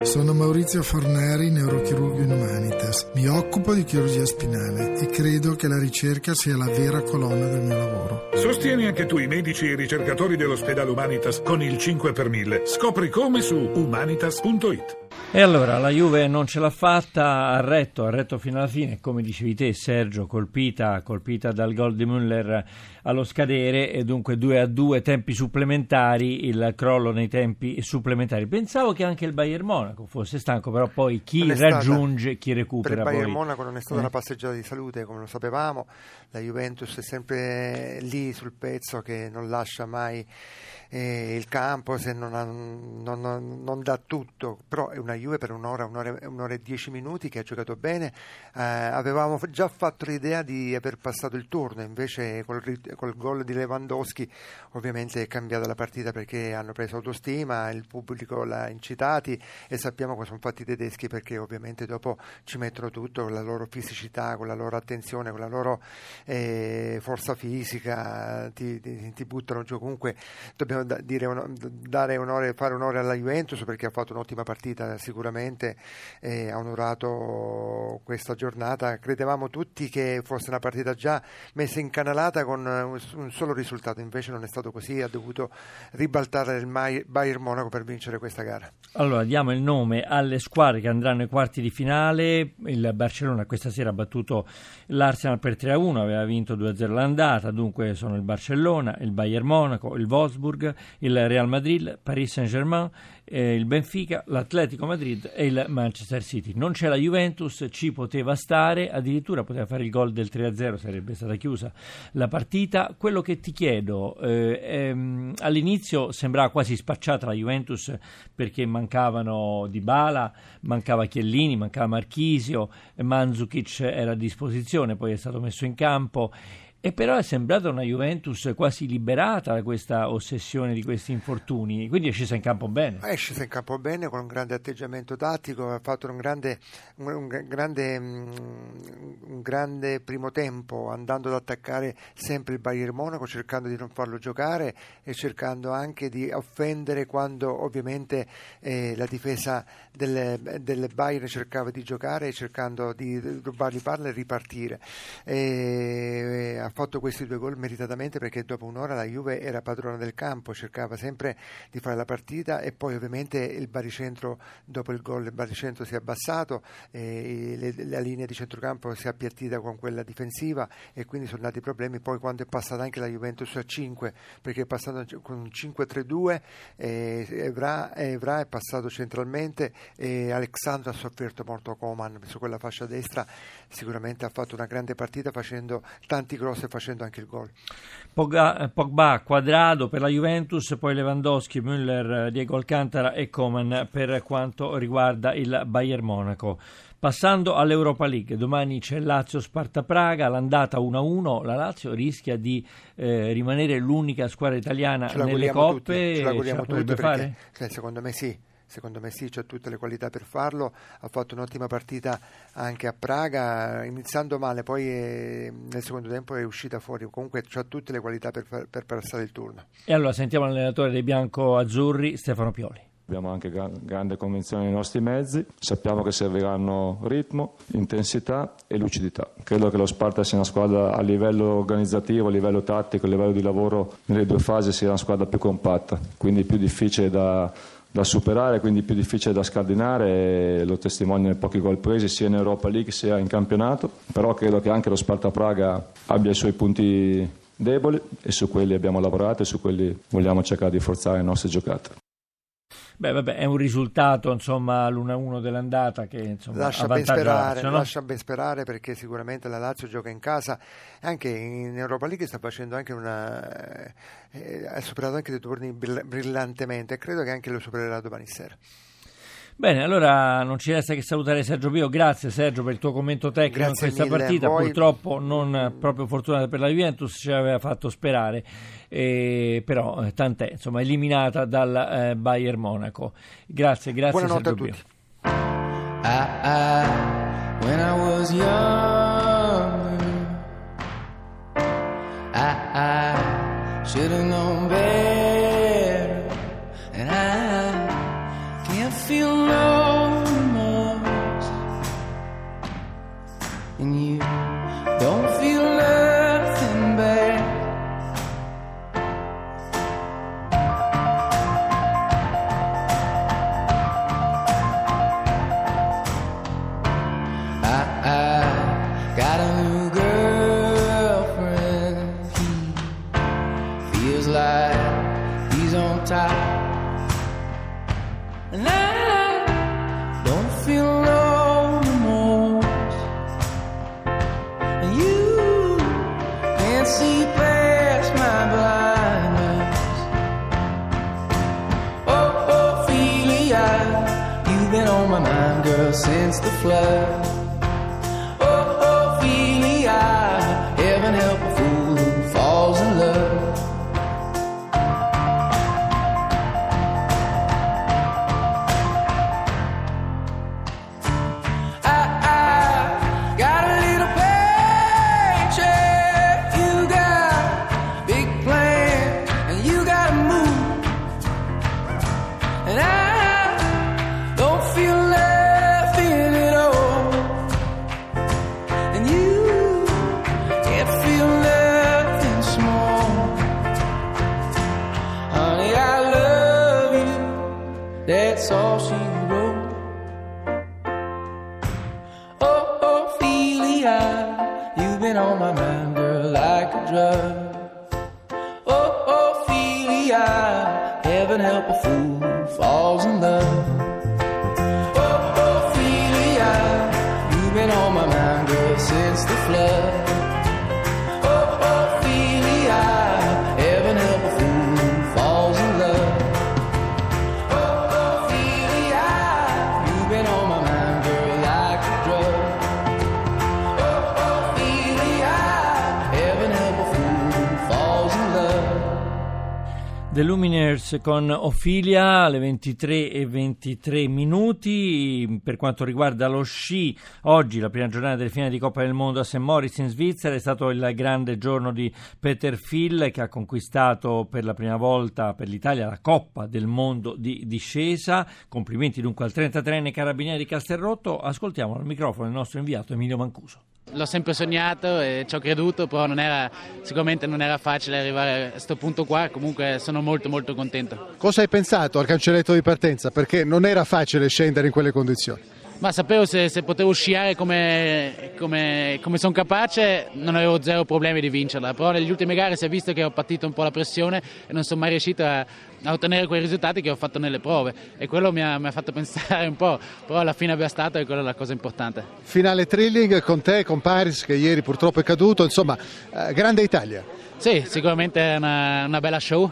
Sono Maurizio Forneri, neurochirurgo in Humanitas. Mi occupo di chirurgia spinale e credo che la ricerca sia la vera colonna del mio lavoro. Sostieni anche tu i medici e i ricercatori dell'ospedale Humanitas con il 5 per 1000. Scopri come su humanitas.it. E allora la Juve non ce l'ha fatta, ha retto fino alla fine, come dicevi te Sergio, colpita dal gol di Müller allo scadere, e dunque 2-2, tempi supplementari, il crollo nei tempi supplementari. Pensavo che anche il Bayern Monaco fosse stanco, però poi chi raggiunge, chi recupera. Per il Bayern poi Monaco non è stata una passeggiata di salute, come lo sapevamo. La Juventus è sempre lì sul pezzo, che non lascia mai il campo se non dà tutto, però è una Juve per un'ora e 10 minuti che ha giocato bene. Avevamo già fatto l'idea di aver passato il turno, invece col gol di Lewandowski ovviamente è cambiata la partita, perché hanno preso autostima, il pubblico l'ha incitati, e sappiamo cosa sono fatti i tedeschi, perché ovviamente dopo ci mettono tutto con la loro fisicità, con la loro attenzione, con la loro forza fisica, ti buttano giù. Comunque dobbiamo fare onore alla Juventus, perché ha fatto un'ottima partita sicuramente, ha onorato questa giornata. Credevamo tutti che fosse una partita già messa incanalata con un solo risultato, invece non è stato così, ha dovuto ribaltare il Bayern Monaco per vincere questa gara. Allora diamo il nome alle squadre che andranno ai quarti di finale. Il Barcellona questa sera ha battuto l'Arsenal per 3-1, aveva vinto 2-0 l'andata, dunque sono il Barcellona, il Bayern Monaco, il Wolfsburg, il Real Madrid, Paris Saint-Germain, il Benfica, l'Atletico Madrid e il Manchester City. Non c'è la Juventus, ci poteva stare, addirittura poteva fare il gol del 3-0, sarebbe stata chiusa la partita. Quello che ti chiedo, all'inizio sembrava quasi spacciata la Juventus, perché mancavano Dybala, mancava Chiellini, mancava Marchisio, Mandzukic era a disposizione, poi è stato messo in campo. E però è sembrata una Juventus quasi liberata da questa ossessione di questi infortuni, quindi è scesa in campo bene. È scesa in campo bene, con un grande atteggiamento tattico, ha fatto un grande primo tempo, andando ad attaccare sempre il Bayern Monaco, cercando di non farlo giocare e cercando anche di offendere quando ovviamente la difesa del Bayern cercava di giocare, cercando di rubargli palla e ripartire. Ha fatto questi 2 gol meritatamente, perché dopo un'ora la Juve era padrona del campo, cercava sempre di fare la partita, e poi ovviamente il baricentro, dopo il gol il baricentro si è abbassato, la linea di centrocampo si è appiattita con quella difensiva, e quindi sono nati problemi. Poi quando è passata anche la Juventus a 5, perché è passato con un 5-3-2, Evra è passato centralmente, e Alexandro ha sofferto molto. Coman su quella fascia destra sicuramente ha fatto una grande partita, facendo tanti cross e facendo anche il gol. Pogba, Quadrado per la Juventus, poi Lewandowski, Müller, Diego Alcantara e Coman per quanto riguarda il Bayern Monaco. Passando all'Europa League, domani c'è Lazio-Sparta Praga, l'andata 1-1, la Lazio rischia di rimanere l'unica squadra italiana nelle coppe. Ce l'auguriamo tutti, fare? Secondo me sì, c'ha tutte le qualità per farlo. Ha fatto un'ottima partita anche a Praga, iniziando male, poi nel secondo tempo è uscita fuori. Comunque c'ha tutte le qualità per passare il turno. E allora sentiamo l'allenatore dei bianco-azzurri, Stefano Pioli. Abbiamo anche grande convinzione nei nostri mezzi, sappiamo che serviranno ritmo, intensità e lucidità. Credo che lo Sparta sia una squadra a livello organizzativo, a livello tattico, a livello di lavoro nelle 2 fasi sia una squadra più compatta, quindi più difficile da superare, quindi più difficile da scardinare, lo testimoniano i pochi gol presi sia in Europa League sia in campionato, però credo che anche lo Sparta Praga abbia i suoi punti deboli, e su quelli abbiamo lavorato e su quelli vogliamo cercare di forzare le nostre giocate. Beh, vabbè, è un risultato, insomma, l'1-1 dell'andata che insomma lascia ben sperare, perché sicuramente la Lazio gioca in casa, anche in Europa League sta facendo anche ha superato anche dei turni brillantemente, e credo che anche lo supererà domani sera. Bene, allora non ci resta che salutare Sergio Pio. Grazie Sergio per il tuo commento tecnico. Grazie in questa partita. Purtroppo non proprio fortunata per la Juventus, ci aveva fatto sperare, però tant'è, insomma, eliminata dal Bayern Monaco. Grazie Buonanotte Sergio a tutti. When I was young, I should have known better, and I can't feel no been on my mind, girl, since the flood. Oh, Ophelia, heaven help a fool who falls in love. That's all she wrote. Oh, Ophelia, you've been on my mind, girl, like a drug. Oh, Ophelia, heaven help a fool who falls in love. Oh, Ophelia, you've been on my mind, girl, since the flood. Oh, Ophelia, heaven help a fool who falls in love. The Lumineers con Ophelia alle 23:23. Per quanto riguarda lo sci, oggi la prima giornata del finale di Coppa del Mondo a St. Moritz in Svizzera, è stato il grande giorno di Peter Phil, che ha conquistato per la prima volta per l'Italia la Coppa del Mondo di discesa. Complimenti dunque al 33enne carabiniere di Castelrotto. Ascoltiamo al microfono il nostro inviato Emilio Mancuso. L'ho sempre sognato e ci ho creduto, però sicuramente non era facile arrivare a questo punto qua. Comunque sono molto molto contento. Cosa hai pensato al cancelletto di partenza? Perché non era facile scendere in quelle condizioni. Ma sapevo se potevo sciare come sono capace, non avevo zero problemi di vincerla, però nelle ultime gare si è visto che ho patito un po' la pressione e non sono mai riuscito a ottenere quei risultati che ho fatto nelle prove, e quello mi ha fatto pensare un po', però alla fine abbiamo stato, e quella è la cosa importante. Finale thrilling con te, con Paris, che ieri purtroppo è caduto, insomma, grande Italia. Sì, sicuramente è una bella show,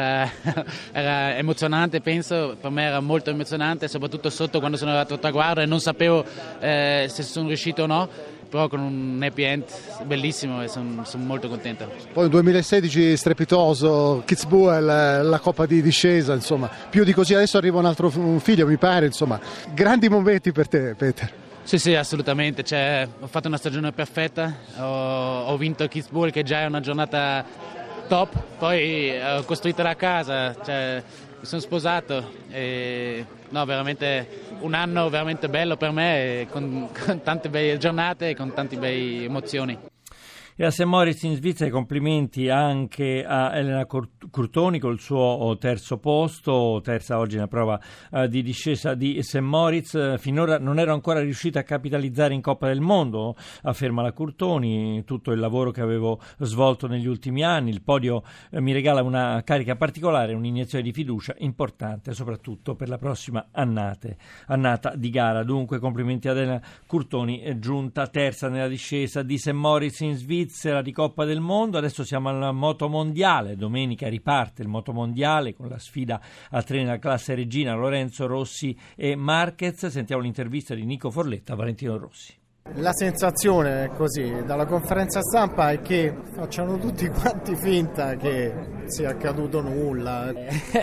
era emozionante, penso, per me era molto emozionante, soprattutto sotto quando sono arrivato al traguardo e non sapevo se sono riuscito o no, però con un happy end bellissimo e sono molto contento. Poi il 2016 strepitoso, Kitzbühel, la Coppa di discesa, insomma, più di così adesso arriva un figlio, mi pare, insomma, grandi momenti per te, Peter. Sì, assolutamente, ho fatto una stagione perfetta, ho vinto Kitzbühel, che già è una giornata top, poi ho costruito la casa, mi sono sposato, veramente un anno veramente bello per me, con tante belle giornate e con tante belle emozioni. E a St. Moritz in Svizzera i complimenti anche a Elena Curtoni col suo terzo posto, terza oggi nella prova di discesa di St. Moritz. Finora non ero ancora riuscita a capitalizzare in Coppa del Mondo, afferma la Curtoni, tutto il lavoro che avevo svolto negli ultimi anni. Il podio mi regala una carica particolare, un'iniezione di fiducia importante, soprattutto per la prossima annata di gara. Dunque complimenti ad Elena Curtoni, è giunta terza nella discesa di St. Moritz in Svizzera di Coppa del Mondo. Adesso siamo al motomondiale, domenica riparte il motomondiale con la sfida a tre nella classe regina, Lorenzo Rossi e Marquez. Sentiamo l'intervista di Nico Forletta a Valentino Rossi. La sensazione è così, dalla conferenza stampa, è che facciano tutti quanti finta che sia accaduto nulla.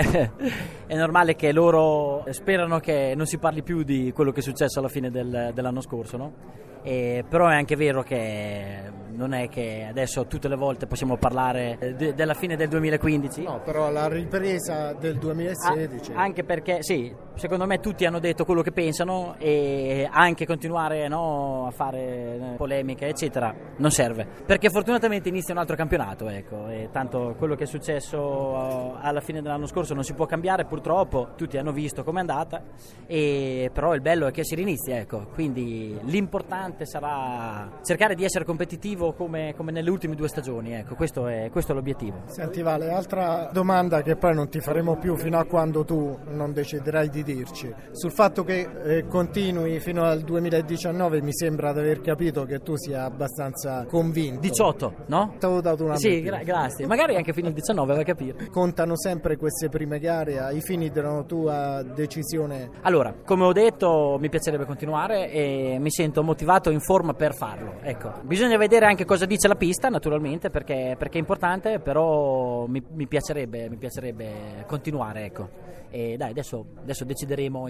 È normale che loro sperano che non si parli più di quello che è successo alla fine dell'anno scorso, no? Però è anche vero che non è che adesso tutte le volte possiamo parlare della fine del 2015. No, però la ripresa del 2016. Anche perché, sì, secondo me tutti hanno detto quello che pensano, e anche continuare a fare polemiche, eccetera, non serve. Perché fortunatamente inizia un altro campionato, ecco, e tanto quello che è successo alla fine dell'anno scorso non si può cambiare, purtroppo, tutti hanno visto com'è andata, però il bello è che si rinizia, ecco, quindi l'importante sarà cercare di essere competitivo come nelle ultime 2 stagioni, ecco, questo è l'obiettivo. Senti Vale, altra domanda che poi non ti faremo più fino a quando tu non deciderai di dirci, sul fatto che continui fino al 2019, mi sembra di aver capito che tu sia abbastanza convinto. 18, no? T'avevo dato una sì, grazie, magari anche fino al 19, vai a capire. Contano sempre queste prime gare ai fini della tua decisione? Allora, come ho detto, mi piacerebbe continuare e mi sento motivato, in forma per farlo. Ecco, bisogna vedere anche cosa dice la pista, naturalmente, perché è importante, però mi piacerebbe continuare, ecco. E dai, adesso decideremo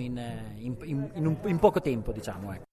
in poco tempo, diciamo, ecco.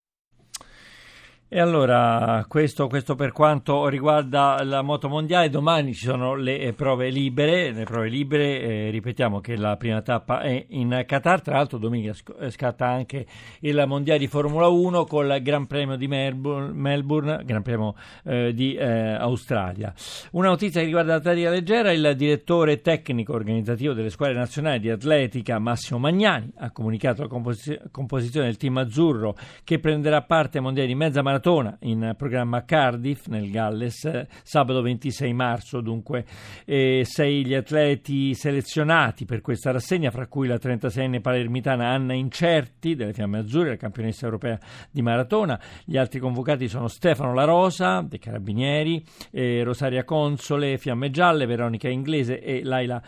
E allora, questo per quanto riguarda la moto mondiale. Domani ci sono le prove libere. Ripetiamo che la prima tappa è in Qatar. Tra l'altro domenica scatta anche il mondiale di Formula 1 con il Gran Premio di Melbourne, Gran Premio di Australia. Una notizia che riguarda l'atletica leggera: il direttore tecnico organizzativo delle squadre nazionali di atletica, Massimo Magnani, ha comunicato la composizione del team azzurro che prenderà parte ai mondiali di mezza maratona in programma a Cardiff nel Galles sabato 26 marzo. Dunque 6 gli atleti selezionati per questa rassegna, fra cui la 36enne palermitana Anna Incerti delle Fiamme Azzurre, la campionessa europea di maratona. Gli altri convocati sono Stefano La Rosa dei Carabinieri, Rosaria Console Fiamme Gialle, Veronica Inglese e Laila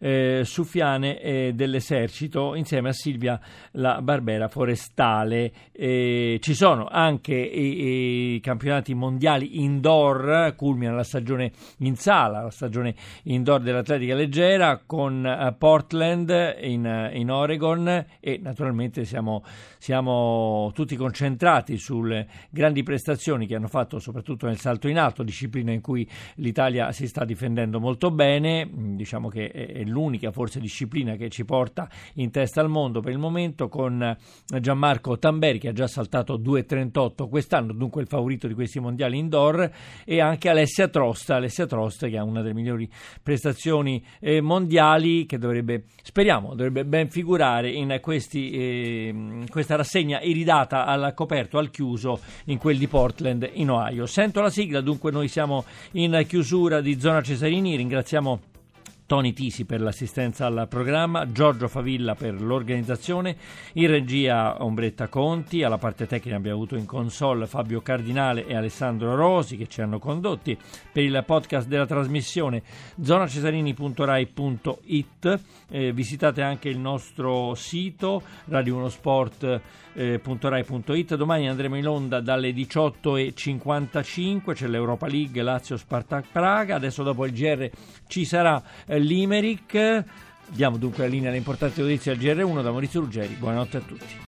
Sufiane dell'Esercito, insieme a Silvia La Barbera Forestale. Ci sono anche i campionati mondiali indoor, culmina la stagione in sala, la stagione indoor dell'atletica leggera con Portland in Oregon, e naturalmente siamo tutti concentrati sulle grandi prestazioni che hanno fatto soprattutto nel salto in alto, disciplina in cui l'Italia si sta difendendo molto bene. Diciamo che è l'unica forse disciplina che ci porta in testa al mondo per il momento, con Gianmarco Tamberi che ha già saltato 2,38 quest'anno, dunque il favorito di questi mondiali indoor, e anche Alessia Trost che ha una delle migliori prestazioni mondiali, che dovrebbe ben figurare in questa rassegna iridata al coperto, al chiuso, in quel di Portland in Ohio. Sento la sigla, dunque noi siamo in chiusura di Zona Cesarini. Ringraziamo Tony Tisi per l'assistenza al programma, Giorgio Favilla per l'organizzazione, in regia Ombretta Conti, alla parte tecnica abbiamo avuto in console Fabio Cardinale e Alessandro Rosi che ci hanno condotti. Per il podcast della trasmissione zonacesarini.rai.it, visitate anche il nostro sito radio1sport.rai.it. Domani andremo in onda dalle 18:55, c'è l'Europa League Lazio-Spartak Praga. Adesso dopo il GR ci sarà Limerick. Diamo dunque la linea alle importanti notizie al GR1 da Maurizio Ruggeri. Buonanotte a tutti.